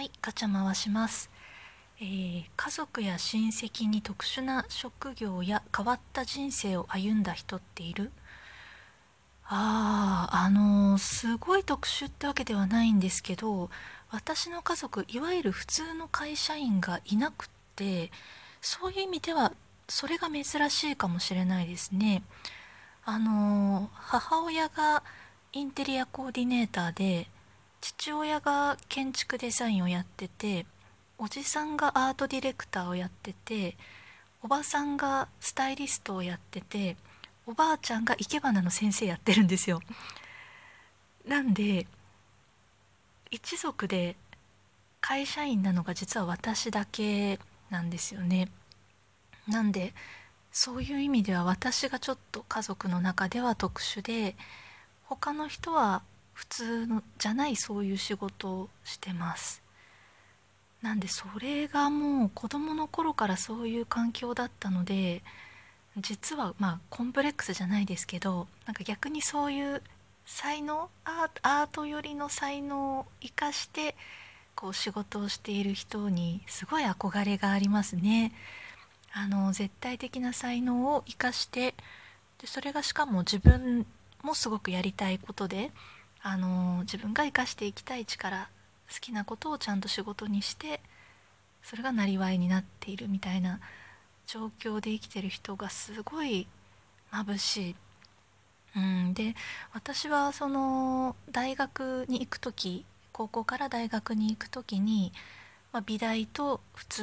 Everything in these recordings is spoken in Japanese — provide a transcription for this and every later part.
はい、ガチャ回します。家族や親戚に特殊な職業や変わった人生を歩んだ人っている？すごい特殊ってわけではないんですけど、私の家族、いわゆる普通の会社員がいなくって、そういう意味では、それが珍しいかもしれないですね。母親がインテリアコーディネーターで、父親が建築デザインをやってて、おじさんがアートディレクターをやってて、おばさんがスタイリストをやってて、おばあちゃんが生け花の先生やってるんですよ。なんで、一族で会社員なのが実は私だけなんですよね。なんで、そういう意味では私がちょっと家族の中では特殊で、他の人は普通のじゃないそういう仕事をしてます。なんでそれがもう子供の頃からそういう環境だったので、実はまあコンプレックスじゃないですけど、なんか逆にそういう才能、アート寄りの才能を生かしてこう仕事をしている人にすごい憧れがありますね。絶対的な才能を生かして、でそれがしかも自分もすごくやりたいことで、自分が生かしていきたい力、好きなことをちゃんと仕事にして、それがなりわいになっているみたいな状況で生きてる人がすごい眩しい。で、私はその大学に行く時、高校から大学に行く時に、美大と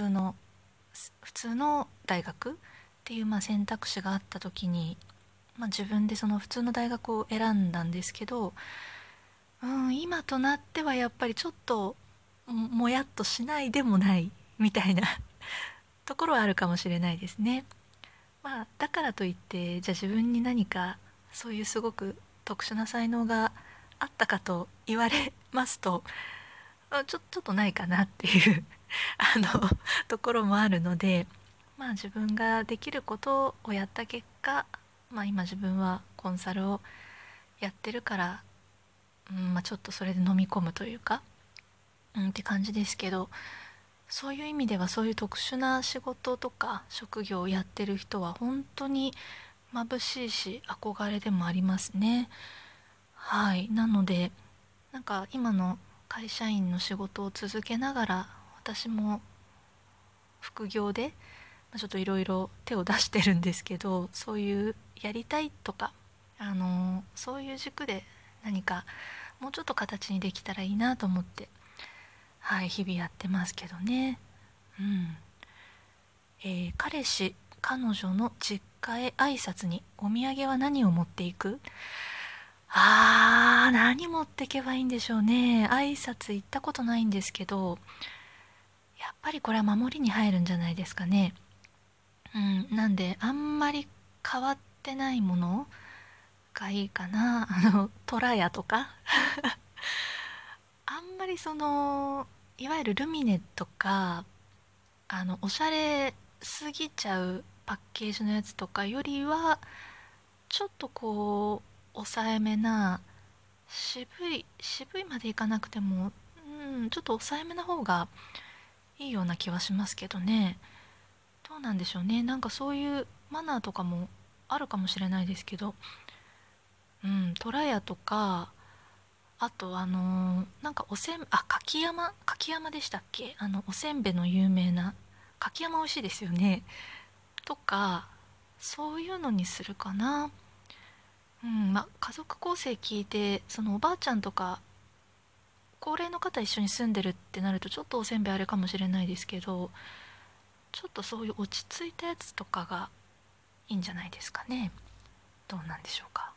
普通の大学っていう選択肢があった時に、自分でその普通の大学を選んだんですけど、今となってはやっぱりちょっともやっとしないでもないみたいなところはあるかもしれないですね。だからといってじゃあ自分に何かそういうすごく特殊な才能があったかと言われますと、ちょっとないかなっていうところもあるので、自分ができることをやった結果、今自分はコンサルをやってるから、ちょっとそれで飲み込むというか、って感じですけど、そういう意味ではそういう特殊な仕事とか職業をやってる人は本当に眩しいし憧れでもありますね。はい。なので、なんか今の会社員の仕事を続けながら、私も副業でちょっといろいろ手を出してるんですけど、そういうやりたいとか、そういう軸で何かもうちょっと形にできたらいいなと思って、はい、日々やってますけどね。うん。彼氏、彼女の実家へ挨拶にお土産は何を持っていく？何持ってけばいいんでしょうね。挨拶行ったことないんですけど、やっぱりこれは守りに入るんじゃないですかね。なんで、あんまり変わってないものがいいかな。虎屋とか。あんまりいわゆるルミネとか、おしゃれすぎちゃうパッケージのやつとかよりは、ちょっとこう、抑えめな、渋いまでいかなくても、ちょっと抑えめな方がいいような気はしますけどね。どうなんでしょうね。なんかそういうマナーとかもあるかもしれないですけど、虎屋とか、あとなんか柿山でしたっけ？おせんべいの有名な、柿山美味しいですよね。とか、そういうのにするかな。家族構成聞いて、そのおばあちゃんとか、高齢の方一緒に住んでるってなると、ちょっとおせんべいあれかもしれないですけど、ちょっとそういう落ち着いたやつとかがいいんじゃないですかね。どうなんでしょうか。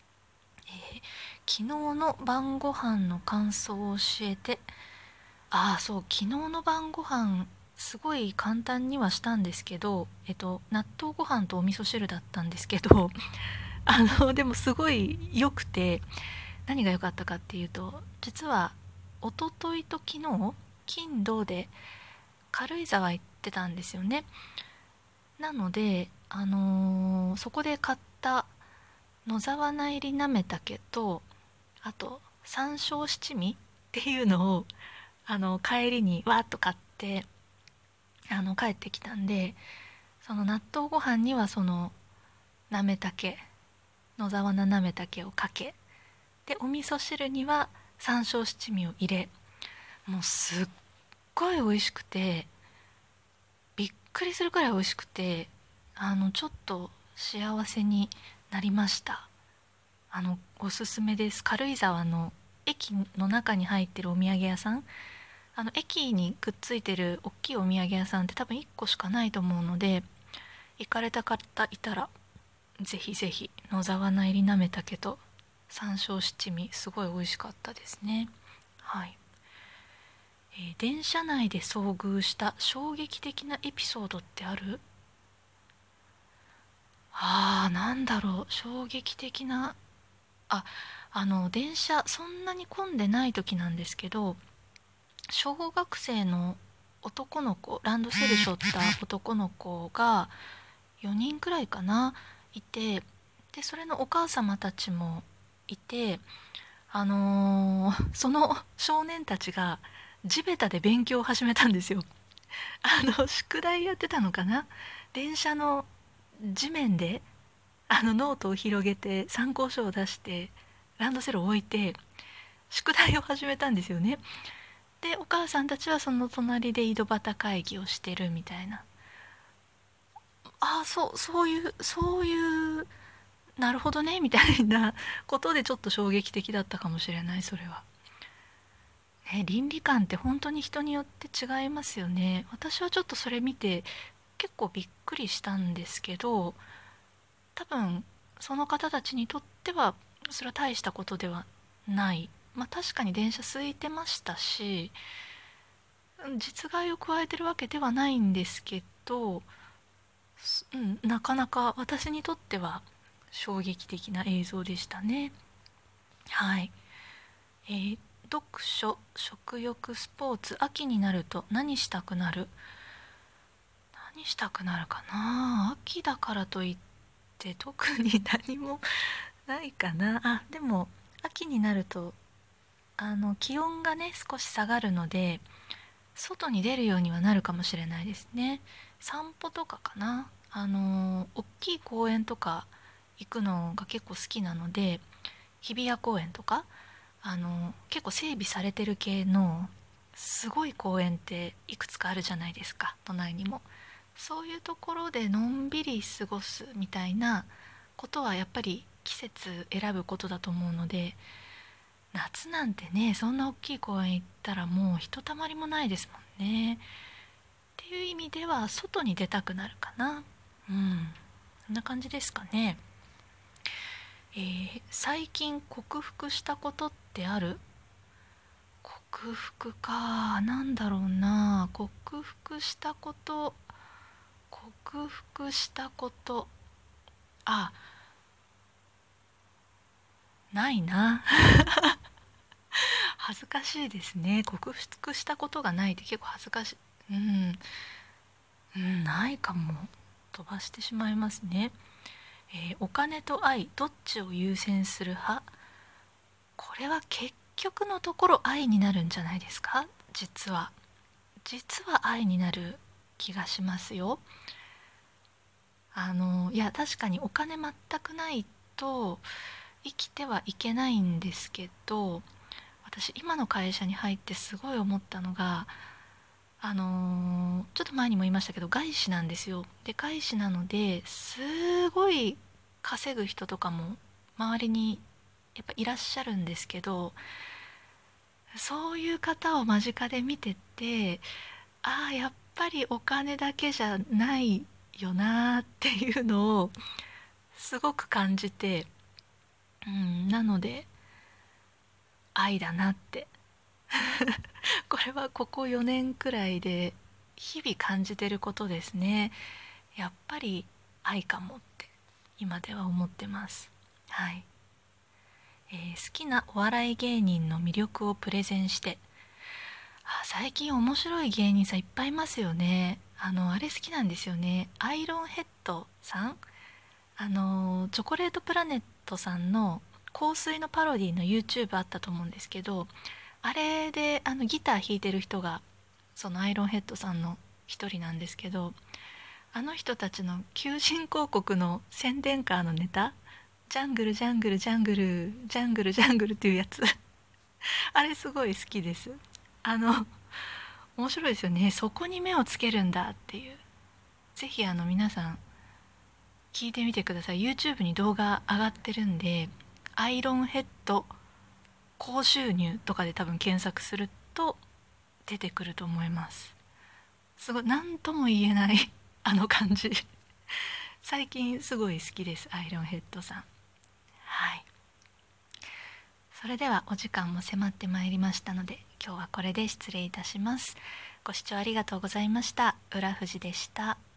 昨日の晩ご飯の感想を教えて。そう、昨日の晩ご飯、すごい簡単にはしたんですけど、納豆ご飯とお味噌汁だったんですけど、でもすごい良くて、何が良かったかっていうと、実は、一昨日と昨日、金土で軽井沢行ってたんですよね。なので、そこで買った野沢菜入りなめたけと、あと山椒七味っていうのを帰りにわーっと買って帰ってきたんで、その納豆ご飯にはそのなめたけ、野沢菜なめたけをかけ、でお味噌汁には山椒七味を入れ、もうすっごい美味しくて、びっくりするくらい美味しくて、ちょっと幸せになりました。おすすめです。軽井沢の駅の中に入ってるお土産屋さん、駅にくっついてる大きいお土産屋さんって多分1個しかないと思うので、行かれた方いたらぜひぜひ。野沢菜入りなめたけと山椒七味、すごい美味しかったですね。はい。電車内で遭遇した衝撃的なエピソードってある？なんだろう、衝撃的な。あ、電車そんなに混んでない時なんですけど、小学生の男の子、ランドセル背負った男の子が4人くらいかな、いて、でそれのお母様たちもいて、その少年たちが地べたで勉強を始めたんですよ。宿題やってたのかな。電車の地面でノートを広げて参考書を出してランドセルを置いて宿題を始めたんですよね。でお母さんたちはその隣で井戸端会議をしてるみたいな。そういう、なるほどねみたいなことでちょっと衝撃的だったかもしれない、それは。ね、倫理観って本当に人によって違いますよね。私はちょっとそれ見て結構びっくりしたんですけど、多分その方たちにとってはそれは大したことではない。まあ確かに電車空いてましたし、実害を加えてるわけではないんですけど、なかなか私にとっては衝撃的な映像でしたね。はい。読書、食欲、スポーツ、秋になると何したくなる？何したくなるかな。秋だからといって特に何もないかな。でも秋になると気温がね少し下がるので外に出るようにはなるかもしれないですね。散歩とかかな。大きい公園とか行くのが結構好きなので、日比谷公園とか結構整備されてる系のすごい公園っていくつかあるじゃないですか、都内にも。そういうところでのんびり過ごすみたいなことはやっぱり季節選ぶことだと思うので、夏なんてねそんな大きい公園行ったらもうひとたまりもないですもんね。っていう意味では外に出たくなるかな。うん、そんな感じですかね。最近克服したことってある？克服か、なんだろうな。克服したこと、克服したこと、あ、ないな。恥ずかしいですね。克服したことがないって結構恥ずかしい。うん、ないかも。飛ばしてしまいますね。お金と愛どっちを優先する派？これは結局のところ愛になるんじゃないですか。実は愛になる気がしますよ。いや確かにお金全くないと生きてはいけないんですけど、私今の会社に入ってすごい思ったのが、ちょっと前にも言いましたけど外資なんですよ。で外資なのですごい稼ぐ人とかも周りにやっぱいらっしゃるんですけど、そういう方を間近で見てて、やっぱりお金だけじゃないよなっていうのをすごく感じて、なので愛だなって。これはここ4年くらいで日々感じてることですね。やっぱり愛かもって今では思ってます。はい。好きなお笑い芸人の魅力をプレゼンして。最近面白い芸人さんいっぱいいますよね。あれ好きなんですよね。アイロンヘッドさん、チョコレートプラネットさんの香水のパロディの YouTube あったと思うんですけど、 あれでギター弾いてる人がそのアイロンヘッドさんの一人なんですけど、あの人たちの求人広告の宣伝カーのネタ、ジャングルジャングルジャングルジャングルジャングルっていうやつあれすごい好きです。面白いですよね。そこに目をつけるんだっていう。ぜひ皆さん聞いてみてください。 YouTube に動画上がってるんで、アイロンヘッド高収入とかで多分検索すると出てくると思います。すごい何とも言えないあの感じ最近すごい好きです、アイロンヘッドさん。はい、それではお時間も迫ってまいりましたので、今日はこれで失礼いたします。ご視聴ありがとうございました。浦富士でした。